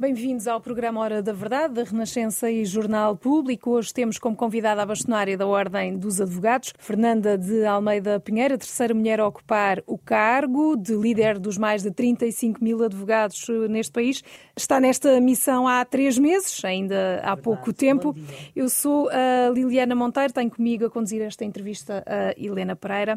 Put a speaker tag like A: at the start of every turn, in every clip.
A: Bem-vindos ao programa Hora da Verdade, da Renascença e Jornal Público. Hoje temos como convidada a bastonária da Ordem dos Advogados, Fernanda de Almeida Pinheiro, a terceira mulher a ocupar o cargo de líder dos mais de 35 mil advogados neste país. Está nesta missão há 3 meses, ainda há pouco tempo. Eu sou a Liliana Monteiro, tenho comigo a conduzir esta entrevista a Helena Pereira.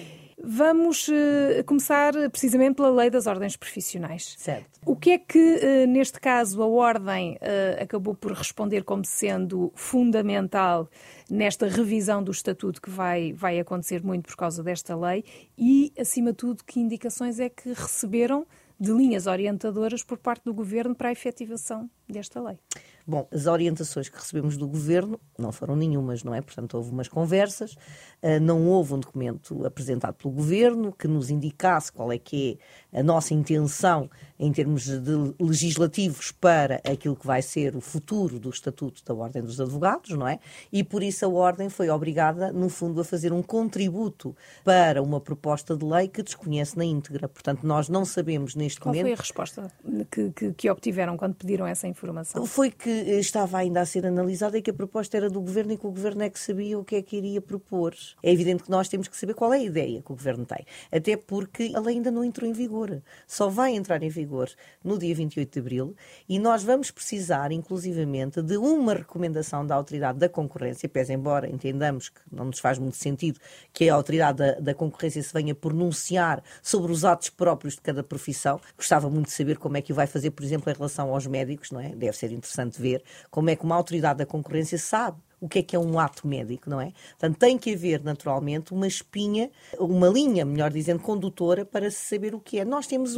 A: Vamos começar precisamente pela Lei das Ordens Profissionais.
B: Certo.
A: O que é que, neste caso, a Ordem acabou por responder como sendo fundamental nesta revisão do Estatuto que vai acontecer muito por causa desta lei e, acima de tudo, que indicações é que receberam de linhas orientadoras por parte do Governo para a efetivação desta lei?
B: Bom, as orientações que recebemos do Governo não foram nenhumas, não é? Portanto, houve umas conversas, não houve um documento apresentado pelo Governo que nos indicasse qual é que é a nossa intenção em termos de legislativos para aquilo que vai ser o futuro do Estatuto da Ordem dos Advogados, não é? E por isso a Ordem foi obrigada, no fundo, a fazer um contributo para uma proposta de lei que desconhece na íntegra. Portanto, nós não sabemos neste momento...
A: Qual foi a resposta que obtiveram quando pediram essa informação?
B: Foi que estava ainda a ser analisada e que a proposta era do Governo e que o Governo é que sabia o que é que iria propor. É evidente que nós temos que saber qual é a ideia que o Governo tem. Até porque a lei ainda não entrou em vigor. Só vai entrar em vigor no dia 28 de abril e nós vamos precisar, inclusivamente, de uma recomendação da Autoridade da Concorrência, pese embora entendamos que não nos faz muito sentido que a Autoridade da Concorrência se venha pronunciar sobre os atos próprios de cada profissão. Gostava muito de saber como é que o vai fazer, por exemplo, em relação aos médicos, não é? Deve ser interessante ver como é que uma autoridade da concorrência sabe o que é um ato médico, não é? Portanto, tem que haver, naturalmente, uma espinha, uma linha, melhor dizendo, condutora para se saber o que é. Nós temos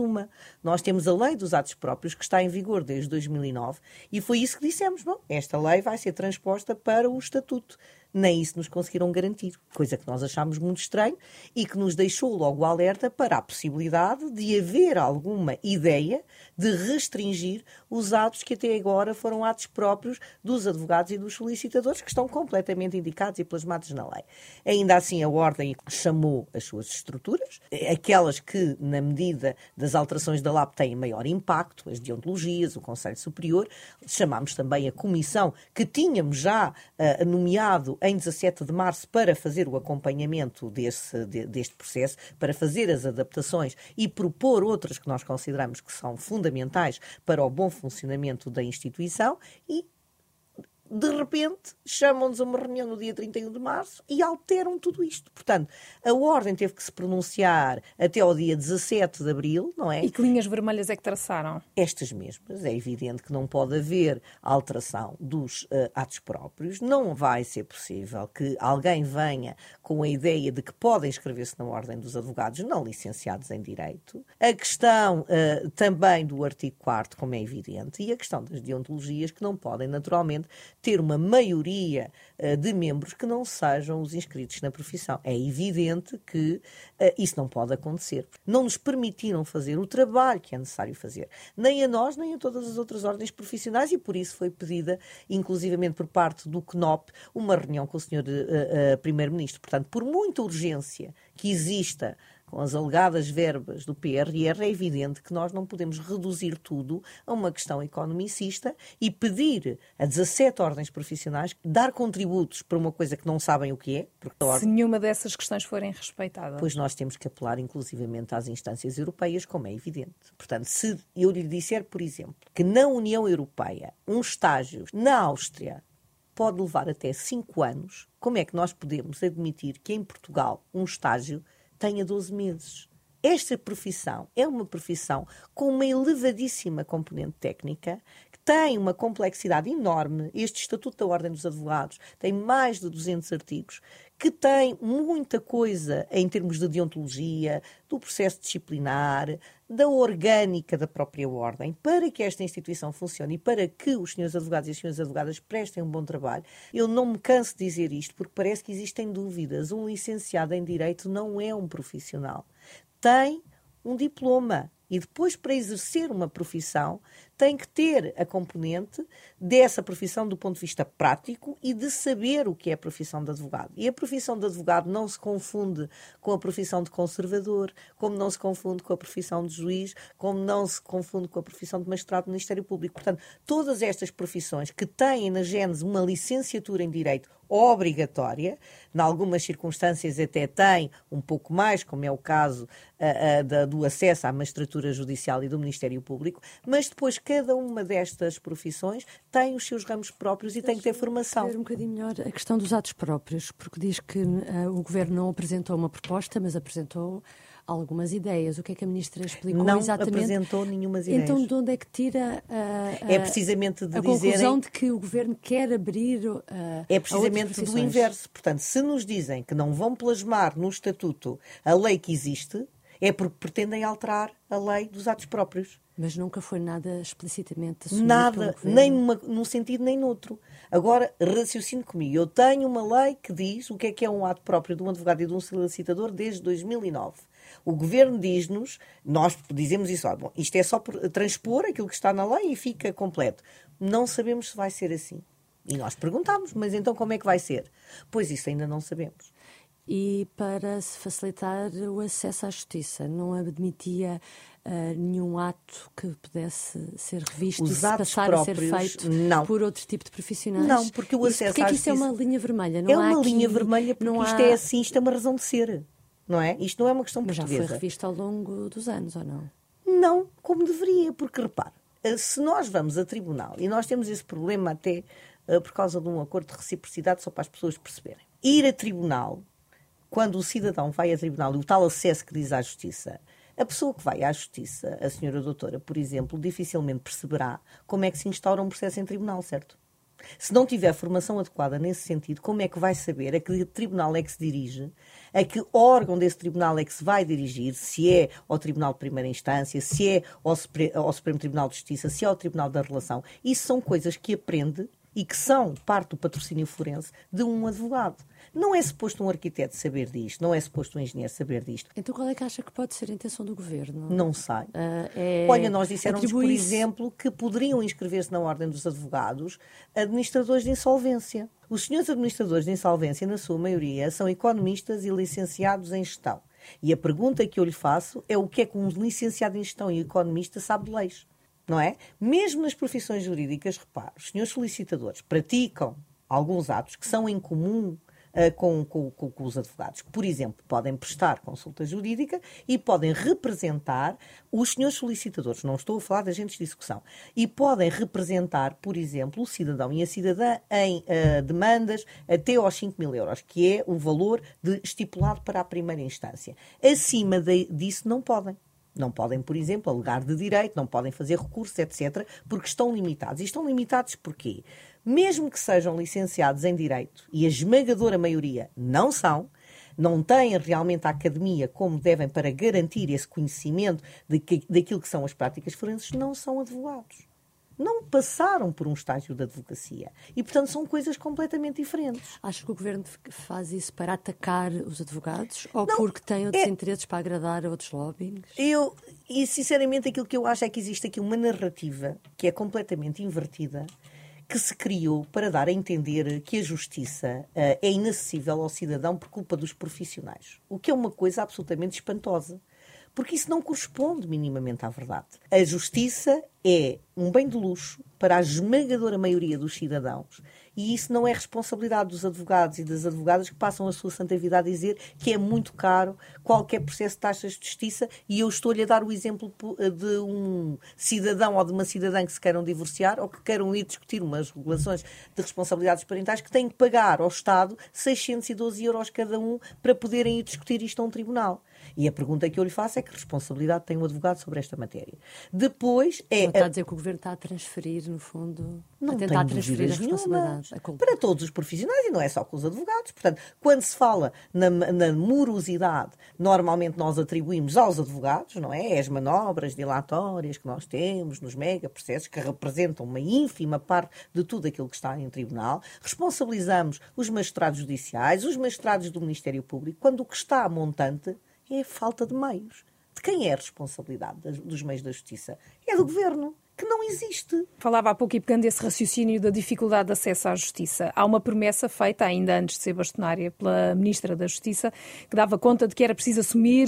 B: a Lei dos Atos Próprios, que está em vigor desde 2009, e foi isso que dissemos. Bom, esta lei vai ser transposta para o Estatuto. Nem isso nos conseguiram garantir, coisa que nós achámos muito estranho e que nos deixou logo alerta para a possibilidade de haver alguma ideia de restringir os atos que até agora foram atos próprios dos advogados e dos solicitadores, que estão completamente indicados e plasmados na lei. Ainda assim, a Ordem chamou as suas estruturas, aquelas que, na medida das alterações da LAP, têm maior impacto, as deontologias, o Conselho Superior. Chamámos também a comissão que tínhamos já nomeado em 17 de março para fazer o acompanhamento deste processo, para fazer as adaptações e propor outras que nós consideramos que são fundamentais para o bom funcionamento da instituição e, de repente, chamam-nos a uma reunião no dia 31 de março e alteram tudo isto. Portanto, a Ordem teve que se pronunciar até ao dia 17 de abril, não é?
A: E que linhas vermelhas é que traçaram?
B: Estas mesmas. É evidente que não pode haver alteração dos atos próprios. Não vai ser possível que alguém venha com a ideia de que podem inscrever-se na Ordem dos Advogados não licenciados em Direito. A questão também do artigo 4º, como é evidente, e a questão das deontologias, que não podem, naturalmente, ter uma maioria de membros que não sejam os inscritos na profissão. É evidente que isso não pode acontecer. Não nos permitiram fazer o trabalho que é necessário fazer, nem a nós, nem a todas as outras ordens profissionais, e por isso foi pedida, inclusivamente por parte do CNOP, uma reunião com o Sr. Primeiro-Ministro. Portanto, por muita urgência que exista com as alegadas verbas do PRR, é evidente que nós não podemos reduzir tudo a uma questão economicista e pedir a 17 ordens profissionais dar contributos para uma coisa que não sabem o que é. Porque
A: se nenhuma dessas questões forem respeitadas.
B: Pois nós temos que apelar inclusivamente às instâncias europeias, como é evidente. Portanto, se eu lhe disser, por exemplo, que na União Europeia um estágio na Áustria pode levar até 5 anos, como é que nós podemos admitir que em Portugal um estágio tenha 12 meses? Esta profissão é uma profissão com uma elevadíssima componente técnica, que tem uma complexidade enorme. Este Estatuto da Ordem dos Advogados tem mais de 200 artigos, que tem muita coisa em termos de deontologia, do processo disciplinar, da orgânica da própria Ordem, para que esta instituição funcione e para que os senhores advogados e as senhoras advogadas prestem um bom trabalho. Eu não me canso de dizer isto, porque parece que existem dúvidas. Um licenciado em Direito não é um profissional. Tem um diploma. E depois, para exercer uma profissão, tem que ter a componente dessa profissão do ponto de vista prático e de saber o que é a profissão de advogado. E a profissão de advogado não se confunde com a profissão de conservador, como não se confunde com a profissão de juiz, como não se confunde com a profissão de magistrado do Ministério Público. Portanto, todas estas profissões que têm na gênese uma licenciatura em Direito obrigatória, em algumas circunstâncias até têm um pouco mais, como é o caso do acesso à magistratura judicial e do Ministério Público, mas depois cada uma destas profissões tem os seus ramos próprios e tem que ter formação.
C: Ver um bocadinho melhor a questão dos atos próprios, porque diz que o Governo não apresentou uma proposta, mas apresentou algumas ideias. O que é que a Ministra explicou
B: não
C: exatamente?
B: Não apresentou nenhumas ideias.
C: Então, de onde é que tira
B: é precisamente de
C: a conclusão de que o Governo quer abrir
B: é precisamente do inverso. Portanto, se nos dizem que não vão plasmar no Estatuto a lei que existe, é porque pretendem alterar a lei dos atos próprios.
C: Mas nunca foi nada explicitamente assumido
B: nada,
C: pelo
B: nem num sentido nem noutro. Agora, raciocine comigo. Eu tenho uma lei que diz o que é um ato próprio de um advogado e de um solicitador desde 2009. O Governo diz-nos, nós dizemos isso, bom, isto é só transpor aquilo que está na lei e fica completo. Não sabemos se vai ser assim. E nós perguntamos, mas então como é que vai ser? Pois isso ainda não sabemos.
C: E para se facilitar o acesso à justiça, não admitia nenhum ato que pudesse ser revisto e se passar a ser feito por outro tipo de profissionais?
B: Não, porque o acesso à justiça...
C: isso é uma linha vermelha?
B: Não é uma linha vermelha porque isto é assim, isto é uma razão de ser. Não é? Isto não é uma questão portuguesa.
C: Mas já foi revisto ao longo dos anos, ou não?
B: Não, como deveria, porque repare, se nós vamos a tribunal, e nós temos esse problema até por causa de um acordo de reciprocidade, só para as pessoas perceberem. Ir a tribunal, quando o cidadão vai a tribunal, e o tal acesso que diz à justiça, a pessoa que vai à justiça, a senhora doutora, por exemplo, dificilmente perceberá como é que se instaura um processo em tribunal, certo? Se não tiver formação adequada nesse sentido, como é que vai saber a que tribunal é que se dirige, a que órgão desse tribunal é que se vai dirigir, se é ao Tribunal de Primeira Instância, se é ao Supremo Tribunal de Justiça, se é ao Tribunal da Relação? Isso são coisas que aprende e que são parte do patrocínio forense de um advogado. Não é suposto um arquiteto saber disto, não é suposto um engenheiro saber disto.
C: Então qual é que acha que pode ser a intenção do Governo?
B: Não sei. Olha, nós disseram-nos, por exemplo, que poderiam inscrever-se na Ordem dos Advogados administradores de insolvência. Os senhores administradores de insolvência, na sua maioria, são economistas e licenciados em gestão. E a pergunta que eu lhe faço é o que é que um licenciado em gestão e economista sabe de leis, não é? Mesmo nas profissões jurídicas, repare, os senhores solicitadores praticam alguns atos que são em comum com os advogados. Por exemplo, podem prestar consulta jurídica e podem representar os senhores solicitadores, não estou a falar de agentes de execução, e podem representar, por exemplo, o cidadão e a cidadã em demandas até aos 5.000 euros, que é o valor estipulado para a primeira instância. Acima disso não podem. Não podem, por exemplo, alegar de direito, não podem fazer recursos, etc., porque estão limitados. E estão limitados porquê? Mesmo que sejam licenciados em Direito, e a esmagadora maioria não são, não têm realmente a academia como devem para garantir esse conhecimento daquilo que são as práticas forenses, não são advogados. Não passaram por um estágio de advocacia. E, portanto, são coisas completamente diferentes.
C: Acha que o Governo faz isso para atacar os advogados? Ou não, porque tem outros interesses para agradar a outros lobbies?
B: Sinceramente, aquilo que eu acho é que existe aqui uma narrativa que é completamente invertida, que se criou para dar a entender que a justiça é inacessível ao cidadão por culpa dos profissionais. O que é uma coisa absolutamente espantosa. Porque isso não corresponde minimamente à verdade. A justiça é um bem de luxo para a esmagadora maioria dos cidadãos e isso não é responsabilidade dos advogados e das advogadas que passam a sua santa vida a dizer que é muito caro qualquer processo de taxas de justiça, e eu estou-lhe a dar o exemplo de um cidadão ou de uma cidadã que se queiram divorciar ou que queiram ir discutir umas regulações de responsabilidades parentais que têm que pagar ao Estado 612 euros cada um para poderem ir discutir isto a um tribunal. E a pergunta que eu lhe faço é que responsabilidade tem um advogado sobre esta matéria. Depois
C: está a dizer que o Governo está a transferir, no fundo, a tentar transferir a responsabilidade.
B: Para todos os profissionais e não é só com os advogados. Portanto, quando se fala na morosidade, normalmente nós atribuímos aos advogados, não é? As manobras dilatórias que nós temos nos megaprocessos, que representam uma ínfima parte de tudo aquilo que está em tribunal. Responsabilizamos os magistrados judiciais, os magistrados do Ministério Público, quando o que está a montante é a falta de meios. De quem é a responsabilidade dos meios da justiça? É do Governo. que não existe.
A: Falava há pouco, e pegando esse raciocínio da dificuldade de acesso à justiça, há uma promessa feita, ainda antes de ser bastonária, pela Ministra da Justiça, que dava conta de que era preciso assumir,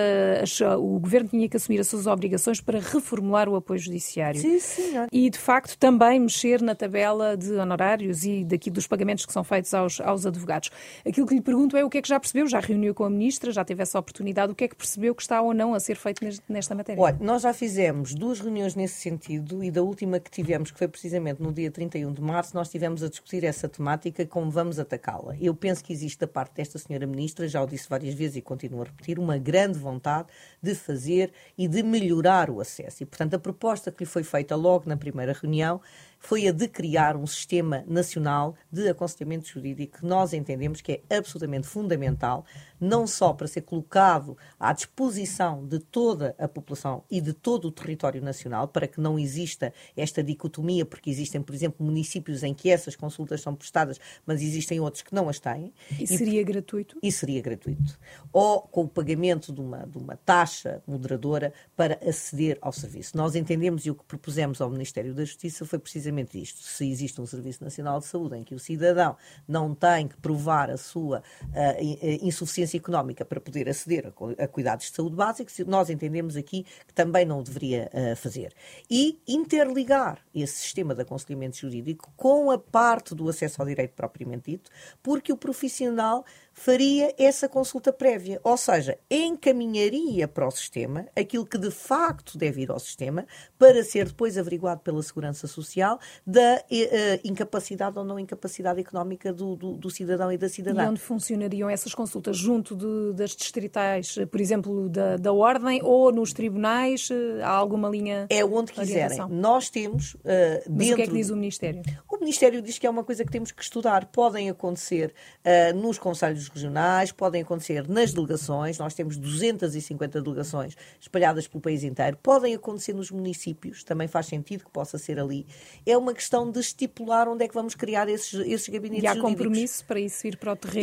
A: o Governo tinha que assumir as suas obrigações para reformular o apoio judiciário.
B: Sim, senhor.
A: E, de facto, também mexer na tabela de honorários e daqui dos pagamentos que são feitos aos advogados. Aquilo que lhe pergunto é o que é que já percebeu, já reuniu com a Ministra, já teve essa oportunidade, o que é que percebeu que está ou não a ser feito nesta matéria?
B: Olha, nós já fizemos 2 reuniões nesse sentido e da última que tivemos, que foi precisamente no dia 31 de março, nós estivemos a discutir essa temática, como vamos atacá-la. Eu penso que existe da parte desta senhora Ministra, já o disse várias vezes e continuo a repetir, uma grande vontade de fazer e de melhorar o acesso. E, portanto, a proposta que lhe foi feita logo na primeira reunião foi a de criar um sistema nacional de aconselhamento jurídico que nós entendemos que é absolutamente fundamental, não só para ser colocado à disposição de toda a população e de todo o território nacional, para que não exista esta dicotomia, porque existem, por exemplo, municípios em que essas consultas são prestadas, mas existem outros que não as têm.
A: E seria gratuito?
B: E seria gratuito. Ou com o pagamento de uma taxa moderadora para aceder ao serviço. Nós entendemos, e o que propusemos ao Ministério da Justiça foi precisamente isto. Se existe um Serviço Nacional de Saúde em que o cidadão não tem que provar a sua insuficiência económica para poder aceder a cuidados de saúde básicos, nós entendemos aqui que também não deveria fazer. E interligar esse sistema de aconselhamento jurídico com a parte do acesso ao direito propriamente dito, porque o profissional faria essa consulta prévia, ou seja, encaminharia para o sistema aquilo que de facto deve ir ao sistema para ser depois averiguado pela Segurança Social da incapacidade ou não incapacidade económica do cidadão e da cidadã.
A: E onde funcionariam essas consultas? Junto das distritais, por exemplo, da Ordem, ou nos tribunais? Há alguma linha?
B: É onde quiserem. Nós temos
A: Mas o que é que diz o Ministério?
B: O Ministério diz que é uma coisa que temos que estudar. Podem acontecer nos conselhos regionais, podem acontecer nas delegações. Nós temos 250 delegações espalhadas pelo país inteiro. Podem acontecer nos municípios. Também faz sentido que possa ser ali. É uma questão de estipular onde é que vamos criar esses gabinetes jurídicos.
A: E há compromisso para isso ir para o terreno?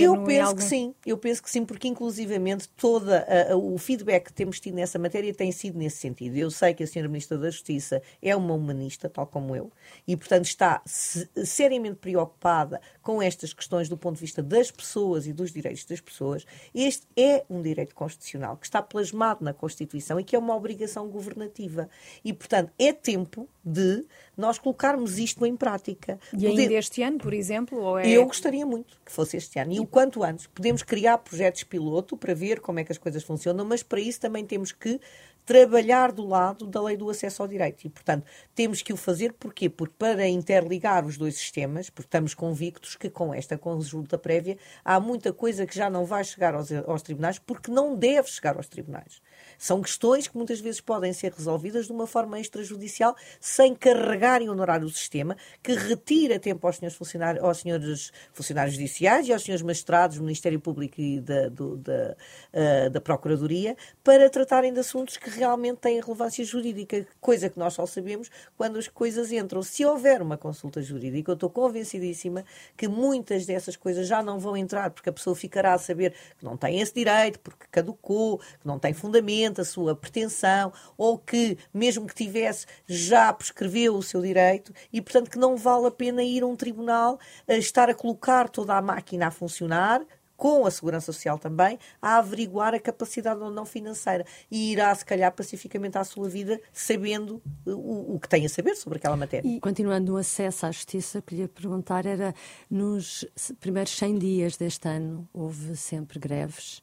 B: Eu penso que sim, porque inclusivamente todo o feedback que temos tido nessa matéria tem sido nesse sentido. Eu sei que a Sra. Ministra da Justiça é uma humanista, tal como eu, e portanto está seriamente preocupada com estas questões do ponto de vista das pessoas e dos direitos das pessoas. Este é um direito constitucional que está plasmado na Constituição e que é uma obrigação governativa. E, portanto, é tempo de nós colocarmos isto em prática.
A: E ainda este ano, por exemplo? Ou é...
B: Eu gostaria muito que fosse este ano. E o quanto antes. Podemos criar projetos piloto para ver como é que as coisas funcionam, mas para isso também temos que trabalhar do lado da lei do acesso ao direito. E, portanto, temos que o fazer. Porquê? Porque para interligar os dois sistemas, porque estamos convictos que com esta consulta prévia há muita coisa que já não vai chegar aos tribunais, porque não deve chegar aos tribunais. São questões que muitas vezes podem ser resolvidas de uma forma extrajudicial, sem carregarem o honorário do sistema, que retira tempo aos senhores funcionários judiciais e aos senhores magistrados do Ministério Público e da Procuradoria, para tratarem de assuntos que realmente têm relevância jurídica, coisa que nós só sabemos quando as coisas entram. Se houver uma consulta jurídica, eu estou convencidíssima que muitas dessas coisas já não vão entrar, porque a pessoa ficará a saber que não tem esse direito, porque caducou, que não tem fundamento a sua pretensão, ou que, mesmo que tivesse, já prescreveu o seu direito, e, portanto, que não vale a pena ir a um tribunal a estar a colocar toda a máquina a funcionar, com a Segurança Social também, a averiguar a capacidade ou não financeira. E irá, se calhar, pacificamente à sua vida, sabendo o que tem a saber sobre aquela matéria.
C: E, continuando no acesso à justiça, o que lhe ia perguntar era, nos primeiros 100 dias deste ano, houve sempre greves.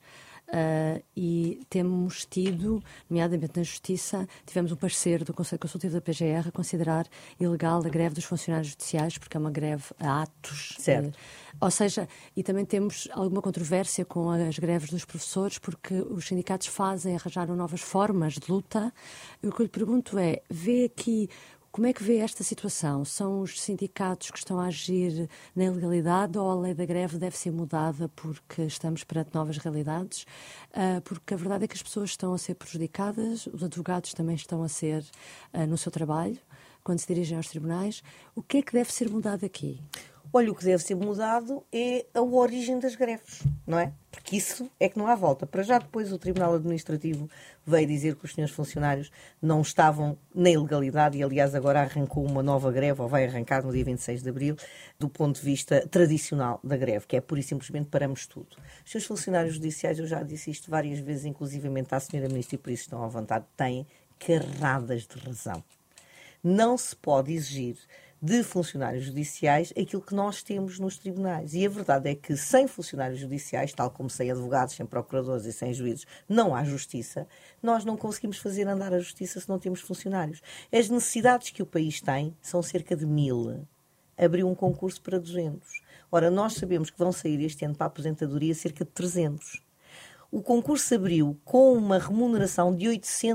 C: E temos tido, nomeadamente na Justiça, tivemos um parceiro do Conselho Consultivo da PGR a considerar ilegal a greve dos funcionários judiciais, porque é uma greve a atos.
B: Certo.
C: Ou seja, e também temos alguma controvérsia com as greves dos professores, porque os sindicatos arranjaram novas formas de luta. E o que eu lhe pergunto é, vê aqui... Como é que vê esta situação? São os sindicatos que estão a agir na ilegalidade ou a lei da greve deve ser mudada porque estamos perante novas realidades? Porque a verdade é que as pessoas estão a ser prejudicadas, os advogados também estão a ser no seu trabalho, quando se dirigem aos tribunais. O que é que deve ser mudado aqui?
B: Olha, o que deve ser mudado é a origem das greves, não é? Porque isso é que não há volta. Para já depois o Tribunal Administrativo veio dizer que os senhores funcionários não estavam na ilegalidade e, aliás, agora arrancou uma nova greve, ou vai arrancar no dia 26 de abril, do ponto de vista tradicional da greve, que é pura e simplesmente paramos tudo. Os senhores funcionários judiciais, eu já disse isto várias vezes, inclusivamente à senhora Ministra, e por isso estão à vontade, têm carradas de razão. Não se pode exigir de funcionários judiciais aquilo que nós temos nos tribunais. E a verdade é que sem funcionários judiciais, tal como sem advogados, sem procuradores e sem juízes, não há justiça. Nós não conseguimos fazer andar a justiça se não temos funcionários. As necessidades que o país tem são cerca de 1000. Abriu um concurso para 200. Ora, nós sabemos que vão sair este ano para a aposentadoria cerca de 300. O concurso abriu com uma remuneração de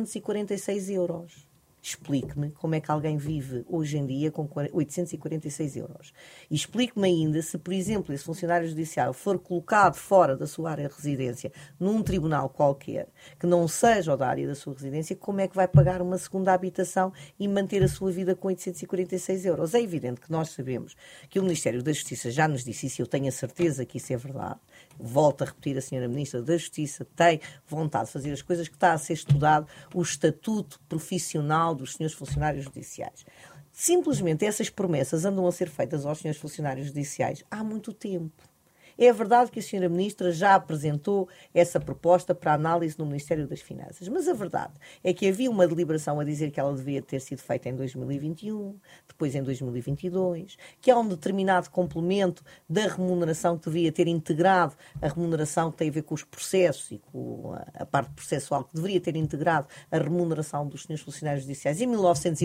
B: 846 euros. Explique-me como é que alguém vive hoje em dia com 846 euros. E explique-me ainda se, por exemplo, esse funcionário judicial for colocado fora da sua área de residência, num tribunal qualquer, que não seja o da área da sua residência, como é que vai pagar uma segunda habitação e manter a sua vida com 846 euros? É evidente que nós sabemos que o Ministério da Justiça já nos disse isso, e eu tenho a certeza que isso é verdade. Volto a repetir, a senhora Ministra da Justiça tem vontade de fazer as coisas, que está a ser estudado o estatuto profissional dos senhores funcionários judiciais. Simplesmente essas promessas andam a ser feitas aos senhores funcionários judiciais há muito tempo. É verdade que a senhora Ministra já apresentou essa proposta para análise no Ministério das Finanças, mas a verdade é que havia uma deliberação a dizer que ela devia ter sido feita em 2021, depois em 2022, que há um determinado complemento da remuneração que deveria ter integrado a remuneração que tem a ver com os processos e com a parte processual, que deveria ter integrado a remuneração dos senhores funcionários judiciais em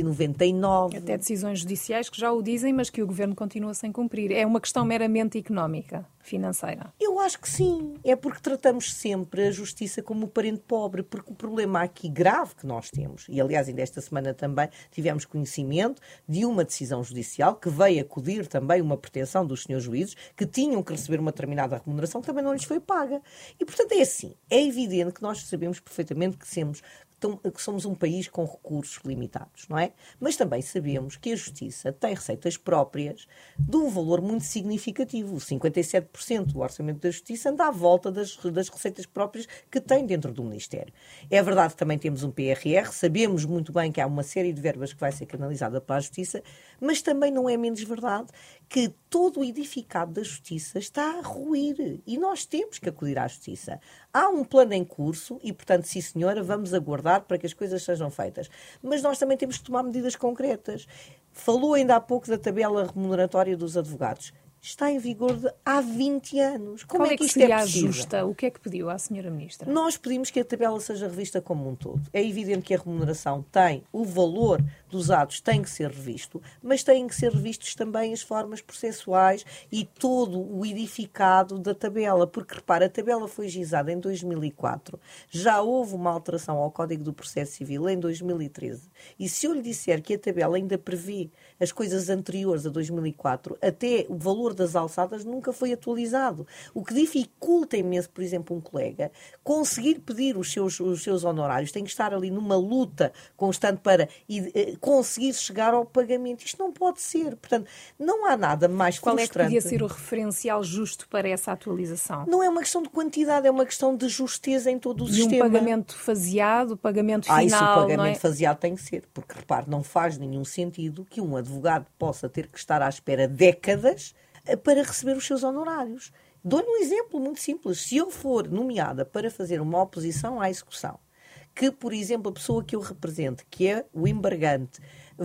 B: 1999.
A: Até decisões judiciais que já o dizem, mas que o Governo continua sem cumprir. É uma questão meramente económica, financeira.
B: Eu acho que sim. É porque tratamos sempre a justiça como o parente pobre, porque o problema aqui grave que nós temos, e aliás ainda esta semana também tivemos conhecimento de uma decisão judicial que veio acudir também uma pretensão dos senhores juízes que tinham que receber uma determinada remuneração que também não lhes foi paga. E portanto é assim, é evidente que nós sabemos perfeitamente que somos um país com recursos limitados, não é? Mas também sabemos que a Justiça tem receitas próprias de um valor muito significativo. 57% do orçamento da Justiça anda à volta das receitas próprias que tem dentro do Ministério. É verdade que também temos um PRR, sabemos muito bem que há uma série de verbas que vai ser canalizada para a Justiça, mas também não é menos verdade que todo o edificado da Justiça está a ruir e nós temos que acudir à Justiça. Há um plano em curso e, portanto, sim senhora, vamos aguardar para que as coisas sejam feitas. Mas nós também temos que tomar medidas concretas. Falou ainda há pouco da tabela remuneratória dos advogados. Está em vigor há 20 anos. Como é que isto
A: seria
B: é possível?
A: Justa? O que é que pediu à senhora Ministra?
B: Nós pedimos que a tabela seja revista como um todo. É evidente que a remuneração tem, o valor dos atos tem que ser revisto, mas têm que ser revistos também as formas processuais e todo o edificado da tabela. Porque, repara, a tabela foi gizada em 2004. Já houve uma alteração ao Código do Processo Civil em 2013. E se eu lhe disser que a tabela ainda prevê as coisas anteriores a 2004, até o valor das alçadas nunca foi atualizado. O que dificulta imenso, por exemplo, um colega conseguir pedir os seus honorários, tem que estar ali numa luta constante para conseguir chegar ao pagamento. Isto não pode ser. Portanto, não há nada mais frustrante.
A: Qual é que podia ser o referencial justo para essa atualização?
B: Não é uma questão de quantidade, é uma questão de justeza em todo o sistema.
A: E um pagamento faseado, pagamento final,
B: isso, o pagamento
A: não é?
B: faseado tem que ser. Porque, repare, não faz nenhum sentido que um advogado possa ter que estar à espera décadas para receber os seus honorários. Dou-lhe um exemplo muito simples. Se eu for nomeada para fazer uma oposição à execução, que, por exemplo, a pessoa que eu represento, que é o embargante,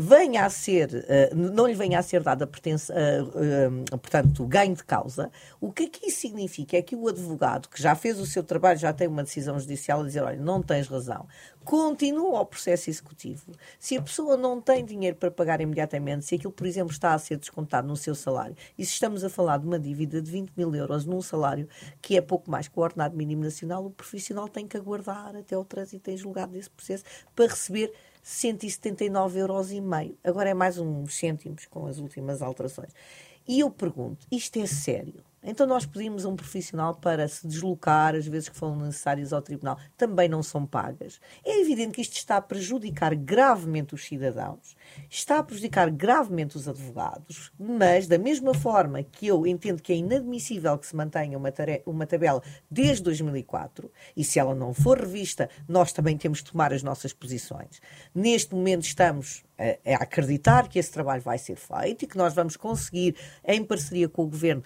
B: não lhe venha a ser dada portanto, ganho de causa, o que aqui significa é que o advogado, que já fez o seu trabalho, já tem uma decisão judicial a dizer, olha, não tens razão, continua ao processo executivo. Se a pessoa não tem dinheiro para pagar imediatamente, se aquilo, por exemplo, está a ser descontado no seu salário, e se estamos a falar de uma dívida de 20 mil euros num salário que é pouco mais que o ordenado mínimo nacional, o profissional tem que aguardar até o trânsito em julgado desse processo para receber 179,5 euros. Agora é mais uns cêntimos com as últimas alterações. E eu pergunto, isto é sério? Então nós pedimos a um profissional para se deslocar, às vezes que foram necessárias ao tribunal, também não são pagas. É evidente que isto está a prejudicar gravemente os cidadãos, está a prejudicar gravemente os advogados, mas da mesma forma que eu entendo que é inadmissível que se mantenha uma tabela desde 2004, e se ela não for revista, nós também temos de tomar as nossas posições. Neste momento estamos a acreditar que esse trabalho vai ser feito e que nós vamos conseguir, em parceria com o Governo,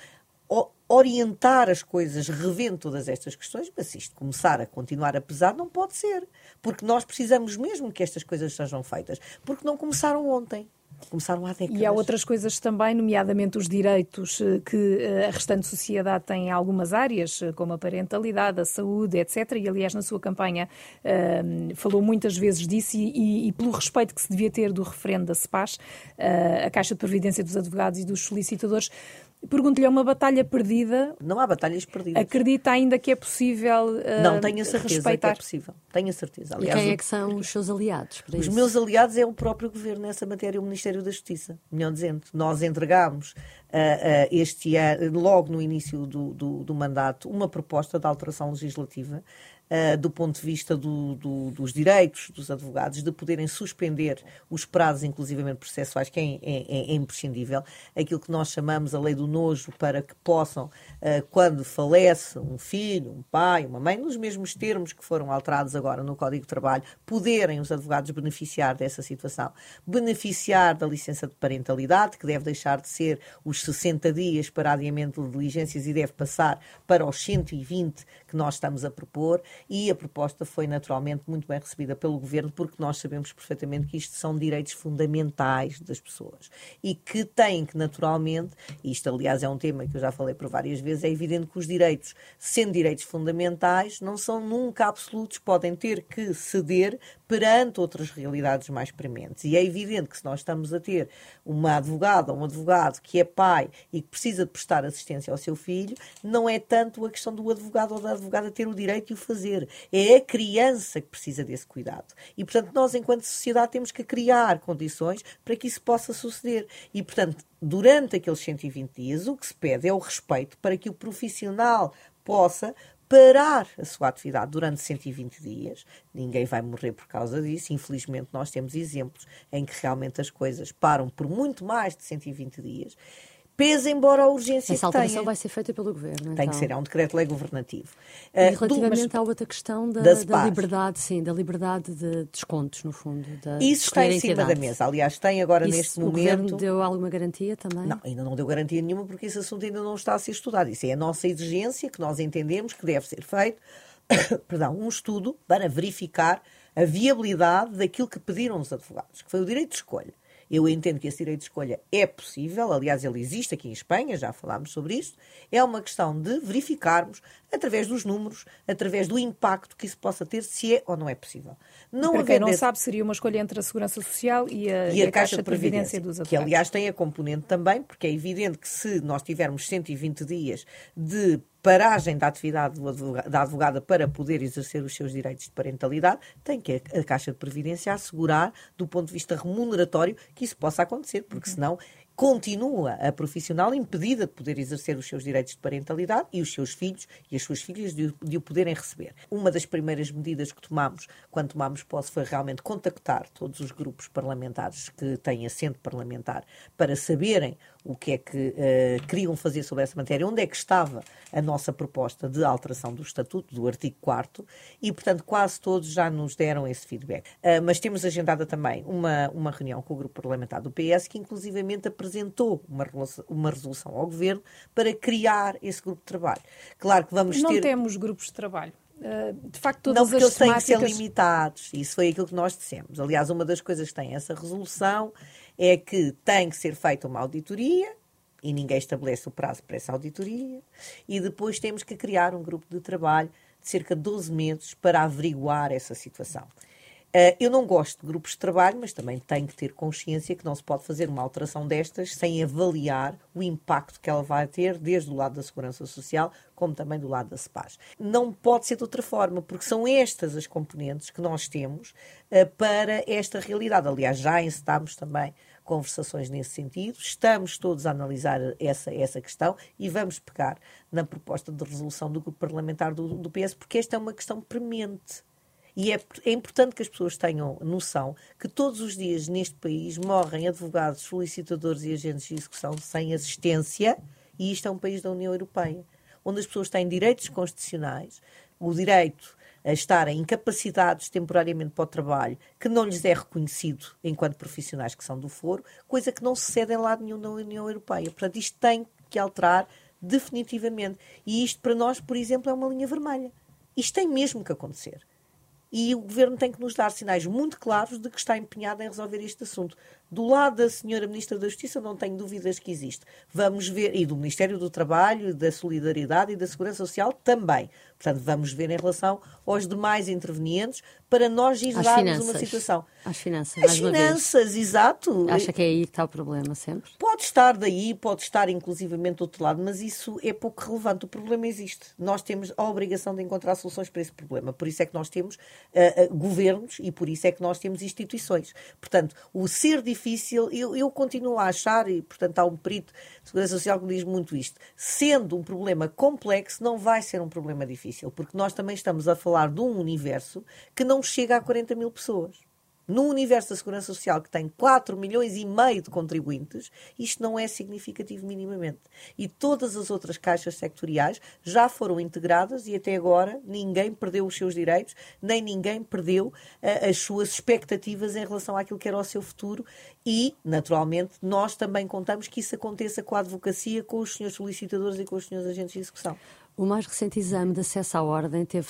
B: orientar as coisas, revendo todas estas questões, mas se isto começar a continuar a pesar, não pode ser. Porque nós precisamos mesmo que estas coisas sejam feitas. Porque não começaram ontem. Começaram há décadas.
A: E há outras coisas também, nomeadamente os direitos que a restante sociedade tem em algumas áreas, como a parentalidade, a saúde, etc. E, aliás, na sua campanha falou muitas vezes disso e pelo respeito que se devia ter do referendo da CEPAS, a Caixa de Previdência dos Advogados e dos Solicitadores. Pergunto-lhe, é uma batalha perdida?
B: Não há batalhas perdidas.
A: Acredita ainda que é possível
B: não, tenho a certeza
A: respeitar?
B: Que é possível. Tenho a certeza.
C: Aliás, e quem é que são os seus aliados para
B: os
C: isso?
B: meus aliados é o próprio Governo nessa matéria, o Ministério da Justiça. Melhor dizendo, nós entregámos este ano, logo no início do mandato, uma proposta de alteração legislativa do ponto de vista dos direitos dos advogados, de poderem suspender os prazos, inclusivamente processuais, que é imprescindível. Aquilo que nós chamamos a lei do nojo, para que possam, quando falece um filho, um pai, uma mãe, nos mesmos termos que foram alterados agora no Código de Trabalho, poderem os advogados beneficiar dessa situação, beneficiar da licença de parentalidade, que deve deixar de ser os 60 dias para adiamento de diligências e deve passar para os 120 que nós estamos a propor. E a proposta foi naturalmente muito bem recebida pelo Governo, porque nós sabemos perfeitamente que isto são direitos fundamentais das pessoas e que têm que naturalmente, isto aliás é um tema que eu já falei por várias vezes, é evidente que os direitos, sendo direitos fundamentais, não são nunca absolutos, podem ter que ceder perante outras realidades mais prementes. E é evidente que se nós estamos a ter uma advogada ou um advogado que é pai e que precisa de prestar assistência ao seu filho, não é tanto a questão do advogado ou da advogada ter o direito de o fazer. É a criança que precisa desse cuidado. E, portanto, nós, enquanto sociedade, temos que criar condições para que isso possa suceder. E, portanto, durante aqueles 120 dias, o que se pede é o respeito para que o profissional possa parar a sua atividade durante 120 dias. Ninguém vai morrer por causa disso. Infelizmente, nós temos exemplos em que realmente as coisas param por muito mais de 120 dias. Pese embora a urgência
C: essa
B: que tenha.
C: Essa alteração vai ser feita pelo Governo, então.
B: Tem que ser, é um decreto-lei governativo.
C: E relativamente à outra questão da liberdade, sim, da liberdade de descontos, no fundo.
B: Isso está em cima da mesa. Aliás, tem agora neste momento...
C: O Governo deu alguma garantia também?
B: Não, ainda não deu garantia nenhuma, porque esse assunto ainda não está a ser estudado. Isso é a nossa exigência, que nós entendemos que deve ser feito, um estudo para verificar a viabilidade daquilo que pediram os advogados, que foi o direito de escolha. Eu entendo que esse direito de escolha é possível, aliás, ele existe aqui em Espanha, já falámos sobre isto. É uma questão de verificarmos, através dos números, através do impacto que isso possa ter, se é ou não é possível.
A: Não para quem não sabe, seria uma escolha entre a Segurança Social e a Caixa de Previdência dos Advogados.
B: Que, aliás, tem a componente também, porque é evidente que se nós tivermos 120 dias de paragem da atividade da advogada para poder exercer os seus direitos de parentalidade, tem que a Caixa de Previdência assegurar, do ponto de vista remuneratório, que isso possa acontecer, porque senão continua a profissional impedida de poder exercer os seus direitos de parentalidade e os seus filhos e as suas filhas de o poderem receber. Uma das primeiras medidas que tomámos, quando tomámos posse, foi realmente contactar todos os grupos parlamentares que têm assento parlamentar para saberem o que é que queriam fazer sobre essa matéria, onde é que estava a nossa proposta de alteração do Estatuto, do artigo 4º, e, portanto, quase todos já nos deram esse feedback. Mas temos agendada também uma reunião com o grupo parlamentar do PS, que inclusivamente apresentou uma resolução ao Governo para criar esse grupo de trabalho. Claro que vamos
A: Não
B: ter...
A: temos grupos de trabalho. De facto, todas
B: não, porque
A: as temáticas...
B: têm que ser limitados. Isso foi aquilo que nós dissemos. Aliás, uma das coisas que tem essa resolução é que tem que ser feita uma auditoria e ninguém estabelece o prazo para essa auditoria, e depois temos que criar um grupo de trabalho de cerca de 12 meses para averiguar essa situação. Eu não gosto de grupos de trabalho, mas também tenho que ter consciência que não se pode fazer uma alteração destas sem avaliar o impacto que ela vai ter, desde o lado da Segurança Social, como também do lado da CEPAS. Não pode ser de outra forma, porque são estas as componentes que nós temos para esta realidade. Aliás, já encetámos também conversações nesse sentido, estamos todos a analisar essa questão e vamos pegar na proposta de resolução do grupo parlamentar do PS, porque esta é uma questão premente. E é importante que as pessoas tenham noção que todos os dias neste país morrem advogados, solicitadores e agentes de execução sem assistência, e isto é um país da União Europeia, onde as pessoas têm direitos constitucionais, o direito a estarem incapacitados temporariamente para o trabalho, que não lhes é reconhecido enquanto profissionais que são do foro, coisa que não se cede em lado nenhum na União Europeia. Portanto, isto tem que alterar definitivamente. E isto, para nós, por exemplo, é uma linha vermelha. Isto tem mesmo que acontecer. E o Governo tem que nos dar sinais muito claros de que está empenhado em resolver este assunto. Do lado da Sra. Ministra da Justiça, não tenho dúvidas que existe. Vamos ver, e do Ministério do Trabalho, da Solidariedade e da Segurança Social também. Portanto, vamos ver em relação aos demais intervenientes para nós darmos uma situação.
C: Às finanças,
B: As finanças, exato.
C: Acha que é aí que está o problema sempre?
B: Pode estar daí, pode estar inclusivamente do outro lado, mas isso é pouco relevante. O problema existe. Nós temos a obrigação de encontrar soluções para esse problema. Por isso é que nós temos governos e por isso é que nós temos instituições. Portanto, o ser difícil, eu continuo a achar, e portanto há um perito de Segurança Social que me diz muito isto, sendo um problema complexo, não vai ser um problema difícil, porque nós também estamos a falar de um universo que não chega a 40 mil pessoas. No universo da Segurança Social, que tem 4,5 milhões de contribuintes, isto não é significativo minimamente. E todas as outras caixas sectoriais já foram integradas e até agora ninguém perdeu os seus direitos, nem ninguém perdeu as suas expectativas em relação àquilo que era o seu futuro e, naturalmente, nós também contamos que isso aconteça com a advocacia, com os senhores solicitadores e com os senhores agentes de execução.
C: O mais recente exame de acesso à ordem teve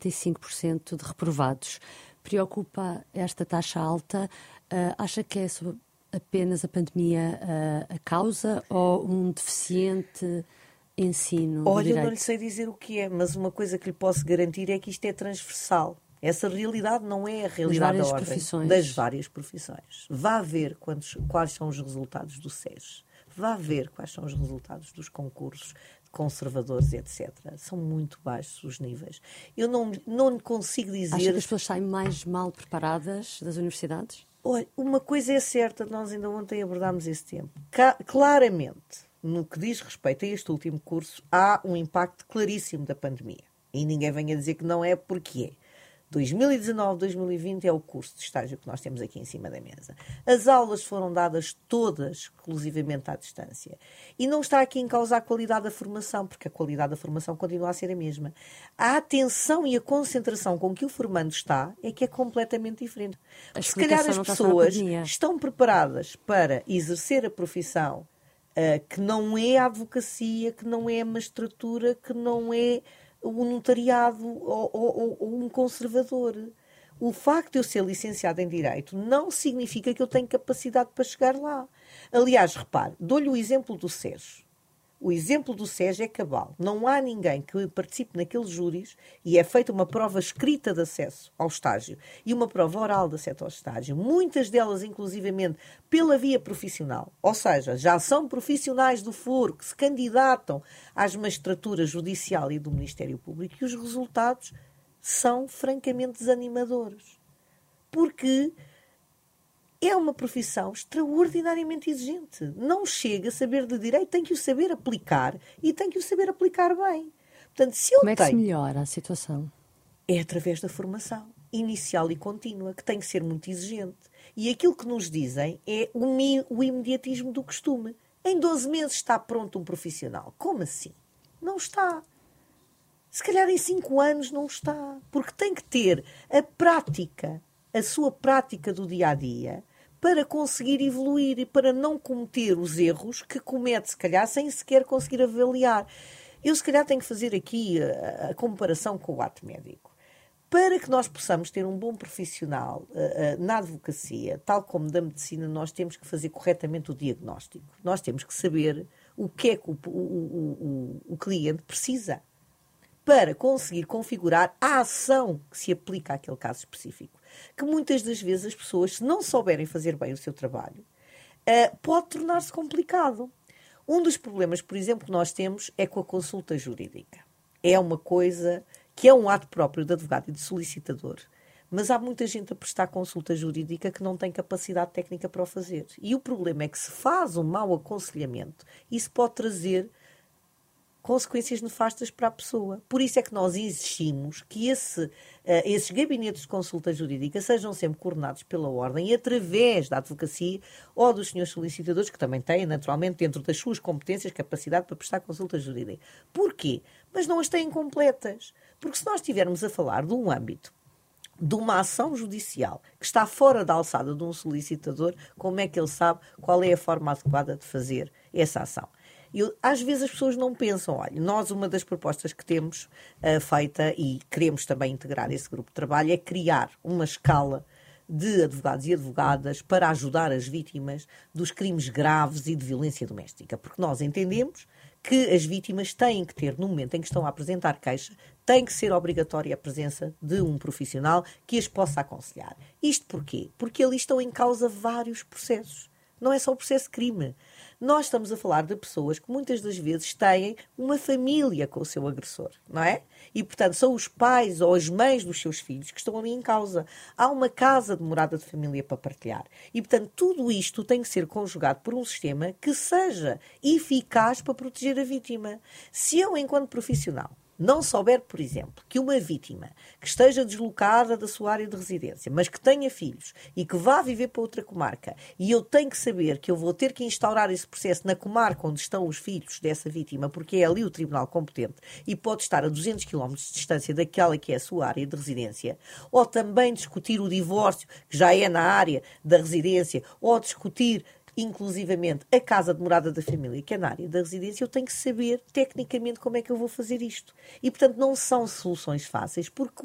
C: 75% de reprovados. Preocupa esta taxa alta? Acha que é apenas a pandemia a causa ou um deficiente ensino?
B: Olha, eu não lhe sei dizer o que é, mas uma coisa que lhe posso garantir é que isto é transversal. Essa realidade não é a realidade da ordem, das várias profissões. Vá ver quais são os resultados do SES. Vá ver quais são os resultados dos concursos conservadores, etc. São muito baixos os níveis. Eu não consigo dizer...
C: Acha que as pessoas saem mais mal preparadas das universidades?
B: Olha, uma coisa é certa, nós ainda ontem abordámos esse tema. Claramente, no que diz respeito a este último curso, há um impacto claríssimo da pandemia. E ninguém vem a dizer que não é, porque é. 2019-2020 é o curso de estágio que nós temos aqui em cima da mesa. As aulas foram dadas todas exclusivamente à distância. E não está aqui em causa a qualidade da formação, porque a qualidade da formação continua a ser a mesma. A atenção e a concentração com que o formando está é que é completamente diferente. Se calhar as pessoas estão preparadas para exercer a profissão que não é a advocacia, que não é a magistratura, que não é o notariado ou um conservador. O facto de eu ser licenciada em Direito não significa que eu tenho capacidade para chegar lá. Aliás, repare, dou-lhe o exemplo do SES. O exemplo do SES é cabal. Não há ninguém que participe naqueles júris e é feita uma prova escrita de acesso ao estágio e uma prova oral de acesso ao estágio, muitas delas inclusivamente pela via profissional, ou seja, já são profissionais do foro que se candidatam às magistraturas judicial e do Ministério Público e os resultados são francamente desanimadores. Porque é uma profissão extraordinariamente exigente. Não chega a saber de direito, tem que o saber aplicar e tem que o saber aplicar bem. Portanto, se eu
C: Como é que se melhora a situação?
B: É através da formação inicial e contínua, que tem que ser muito exigente. E aquilo que nos dizem é o imediatismo do costume. Em 12 meses está pronto um profissional. Como assim? Não está. Se calhar em 5 anos não está. Porque tem que ter a prática, a sua prática do dia-a-dia, para conseguir evoluir e para não cometer os erros que comete, se calhar, sem sequer conseguir avaliar. Eu, se calhar, tenho que fazer aqui a comparação com o ato médico. Para que nós possamos ter um bom profissional na advocacia, tal como da medicina, nós temos que fazer corretamente o diagnóstico. Nós temos que saber o que é que o cliente precisa para conseguir configurar a ação que se aplica àquele caso específico. Que muitas das vezes as pessoas, se não souberem fazer bem o seu trabalho, pode tornar-se complicado. Um dos problemas, por exemplo, que nós temos é com a consulta jurídica. É uma coisa que é um ato próprio de advogado e de solicitador, Mas há muita gente a prestar consulta jurídica que não tem capacidade técnica para o fazer. E o problema é que se faz um mau aconselhamento, isso pode trazer consequências nefastas para a pessoa. Por isso é que nós exigimos que esses gabinetes de consulta jurídica sejam sempre coordenados pela Ordem e através da advocacia ou dos senhores solicitadores, que também têm, naturalmente, dentro das suas competências, capacidade para prestar consulta jurídica. Porquê? Mas não as têm completas. Porque se nós estivermos a falar de um âmbito de uma ação judicial que está fora da alçada de um solicitador, como é que ele sabe qual é a forma adequada de fazer essa ação? Às vezes as pessoas não pensam, olha, nós uma das propostas que temos feita e queremos também integrar esse grupo de trabalho é criar uma escala de advogados e advogadas para ajudar as vítimas dos crimes graves e de violência doméstica, porque nós entendemos que as vítimas têm que ter, no momento em que estão a apresentar queixa, tem que ser obrigatória a presença de um profissional que as possa aconselhar. Isto porquê? Porque ali estão em causa vários processos. Não é só o processo de crime. Nós estamos a falar de pessoas que muitas das vezes têm uma família com o seu agressor, não é? E, portanto, são os pais ou as mães dos seus filhos que estão ali em causa. Há uma casa de morada de família para partilhar. E, portanto, tudo isto tem que ser conjugado por um sistema que seja eficaz para proteger a vítima. Se eu, enquanto profissional, não souber, por exemplo, que uma vítima que esteja deslocada da sua área de residência, mas que tenha filhos e que vá viver para outra comarca, e eu tenho que saber que eu vou ter que instaurar esse processo na comarca onde estão os filhos dessa vítima, porque é ali o tribunal competente e pode estar a 200 km de distância daquela que é a sua área de residência, ou também discutir o divórcio, que já é na área da residência, ou discutir inclusivamente a casa de morada da família, que é na área da residência, eu tenho que saber tecnicamente como é que eu vou fazer isto. E, portanto, não são soluções fáceis, porque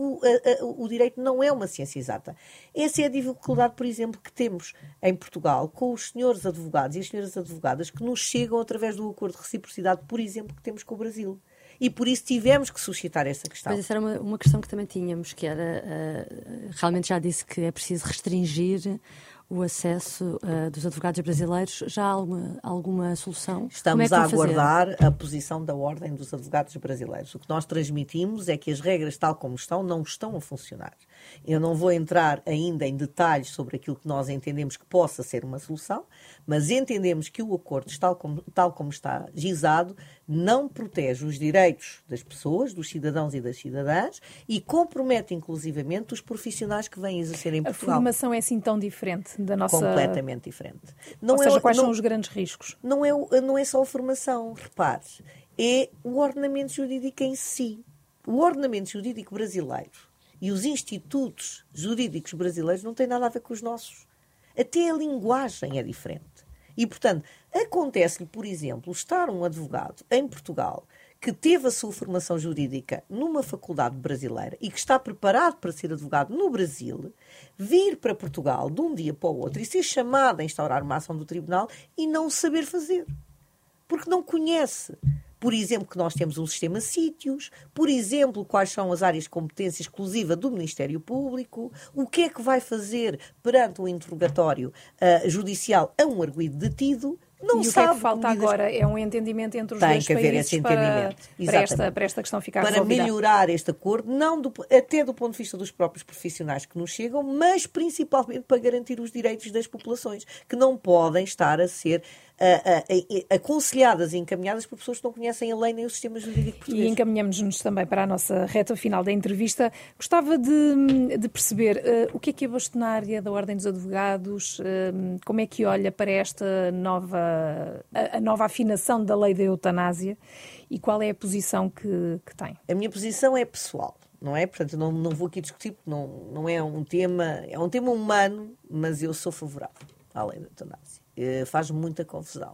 B: o direito não é uma ciência exata. Essa é a dificuldade, por exemplo, que temos em Portugal com os senhores advogados e as senhoras advogadas que nos chegam através do acordo de reciprocidade, por exemplo, que temos com o Brasil. E por isso tivemos que suscitar essa questão.
C: Mas essa era uma questão que também tínhamos, que era, realmente já disse que é preciso restringir o acesso dos advogados brasileiros. Já há alguma solução?
B: Estamos a aguardar a posição da Ordem dos Advogados Brasileiros. O que nós transmitimos é que as regras, tal como estão, não estão a funcionar. Eu não vou entrar ainda em detalhes sobre aquilo que nós entendemos que possa ser uma solução, mas entendemos que o acordo, tal como está gizado, não protege os direitos das pessoas, dos cidadãos e das cidadãs, e compromete inclusivamente os profissionais que vêm exercer em Portugal.
A: A formação é assim tão diferente da nossa...
B: Completamente diferente.
A: Ou seja, quais são os grandes riscos?
B: Não é só a formação, repare, é o ordenamento jurídico em si. O ordenamento jurídico brasileiro e os institutos jurídicos brasileiros não têm nada a ver com os nossos. Até a linguagem é diferente. E, portanto, acontece-lhe, por exemplo, estar um advogado em Portugal que teve a sua formação jurídica numa faculdade brasileira e que está preparado para ser advogado no Brasil, vir para Portugal de um dia para o outro e ser chamado a instaurar uma ação do tribunal e não saber fazer. Porque não conhece. Por exemplo, que nós temos um sistema sítios, por exemplo, quais são as áreas de competência exclusiva do Ministério Público, o que é que vai fazer perante o interrogatório judicial a um arguido detido. Não
A: e
B: sabe.
A: O que é que falta agora? É um entendimento entre os dois países.
B: Tem que haver esse entendimento.
A: Para esta questão ficar
B: para
A: resolvida.
B: Melhorar este acordo, até do ponto de vista dos próprios profissionais que nos chegam, mas principalmente para garantir os direitos das populações, que não podem estar a ser aconselhadas e encaminhadas por pessoas que não conhecem a lei nem o sistema jurídico português.
A: E encaminhamos-nos também para a nossa reta final da entrevista. Gostava de perceber o que é a bastonária da Ordem dos Advogados, como é que olha para esta nova afinação da lei da eutanásia e qual é a posição que tem?
B: A minha posição é pessoal. Não é? Portanto, não vou aqui discutir, porque não é um tema... É um tema humano, mas eu sou favorável à lei da eutanásia. Faz-me muita confusão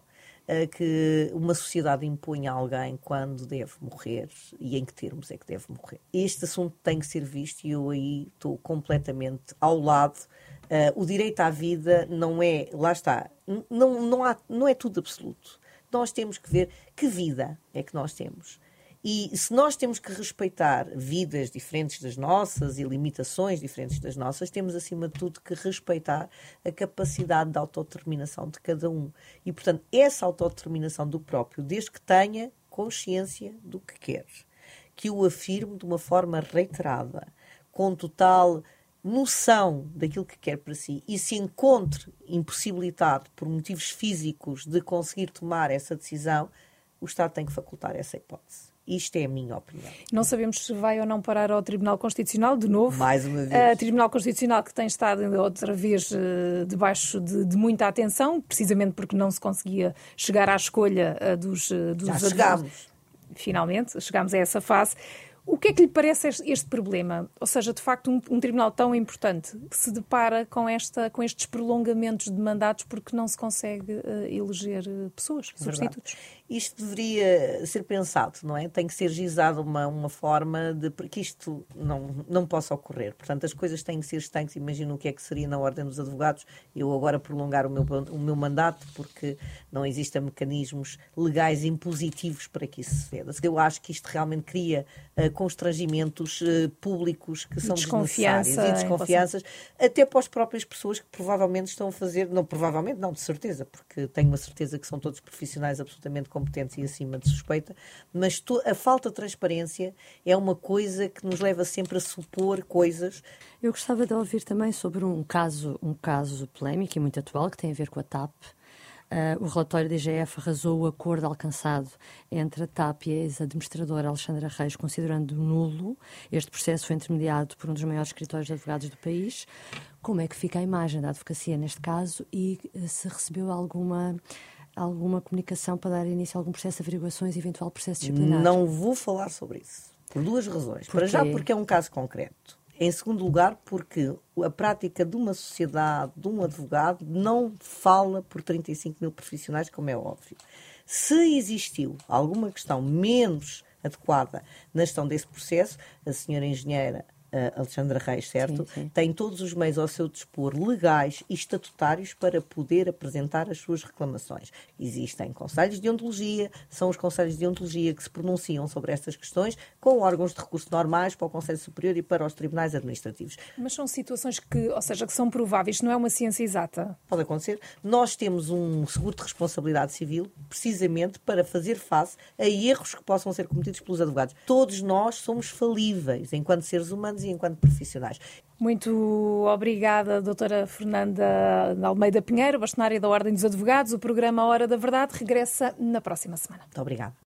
B: que uma sociedade impõe a alguém quando deve morrer e em que termos é que deve morrer. Este assunto tem que ser visto e eu aí estou completamente ao lado. O direito à vida não é... Lá está. Não é tudo absoluto. Nós temos que ver que vida é que nós temos. E se nós temos que respeitar vidas diferentes das nossas e limitações diferentes das nossas, temos, acima de tudo, que respeitar a capacidade de autodeterminação de cada um. E, portanto, essa autodeterminação do próprio, desde que tenha consciência do que quer, que o afirme de uma forma reiterada, com total noção daquilo que quer para si e se encontre impossibilitado por motivos físicos de conseguir tomar essa decisão, o Estado tem que facultar essa hipótese. Isto é a minha opinião.
A: Não sabemos se vai ou não parar ao Tribunal Constitucional, de novo.
B: Mais uma vez.
A: O Tribunal Constitucional que tem estado outra vez debaixo de muita atenção, precisamente porque não se conseguia chegar à escolha dos
B: Já chegámos.
A: Finalmente, chegámos a essa fase. O que é que lhe parece este problema? Ou seja, de facto, um tribunal tão importante que se depara com estes prolongamentos de mandatos porque não se consegue eleger pessoas, substitutos.
B: Isto deveria ser pensado, não é? Tem que ser gizado uma forma de que isto não possa ocorrer. Portanto, as coisas têm que ser estanques. Imagino o que é que seria na Ordem dos Advogados eu agora prolongar o meu mandato porque não existem mecanismos legais impositivos para que isso se suceda. Eu acho que isto realmente cria constrangimentos públicos que são desnecessários e desconfianças até para as próprias pessoas que provavelmente estão a fazer, não, de certeza, porque tenho uma certeza que são todos profissionais absolutamente competentes e acima de suspeita, mas a falta de transparência é uma coisa que nos leva sempre a supor coisas.
C: Eu gostava de ouvir também sobre um caso polémico e muito atual que tem a ver com a TAP. O relatório da IGF arrasou o acordo alcançado entre a TAP e a ex-administradora Alexandra Reis, considerando nulo. Este processo foi intermediado por um dos maiores escritórios de advogados do país. Como é que fica a imagem da advocacia neste caso e se recebeu alguma comunicação para dar início a algum processo de averiguações e eventual processo disciplinar?
B: Não vou falar sobre isso, por duas razões. Para já, porque é um caso concreto. Em segundo lugar, porque a prática de uma sociedade, de um advogado, não fala por 35 mil profissionais, como é óbvio. Se existiu alguma questão menos adequada na gestão desse processo, a senhora engenheira Alexandra Reis, certo? Sim. Tem todos os meios ao seu dispor legais e estatutários para poder apresentar as suas reclamações. Existem conselhos de deontologia, são os conselhos de deontologia que se pronunciam sobre estas questões com órgãos de recurso normais para o Conselho Superior e para os tribunais administrativos.
A: Mas são situações que são prováveis, não é uma ciência exata.
B: Pode acontecer. Nós temos um seguro de responsabilidade civil precisamente para fazer face a erros que possam ser cometidos pelos advogados. Todos nós somos falíveis enquanto seres humanos e enquanto profissionais.
A: Muito obrigada, doutora Fernanda de Almeida Pinheiro, bastonária da Ordem dos Advogados. O programa Hora da Verdade regressa na próxima semana.
B: Muito obrigada.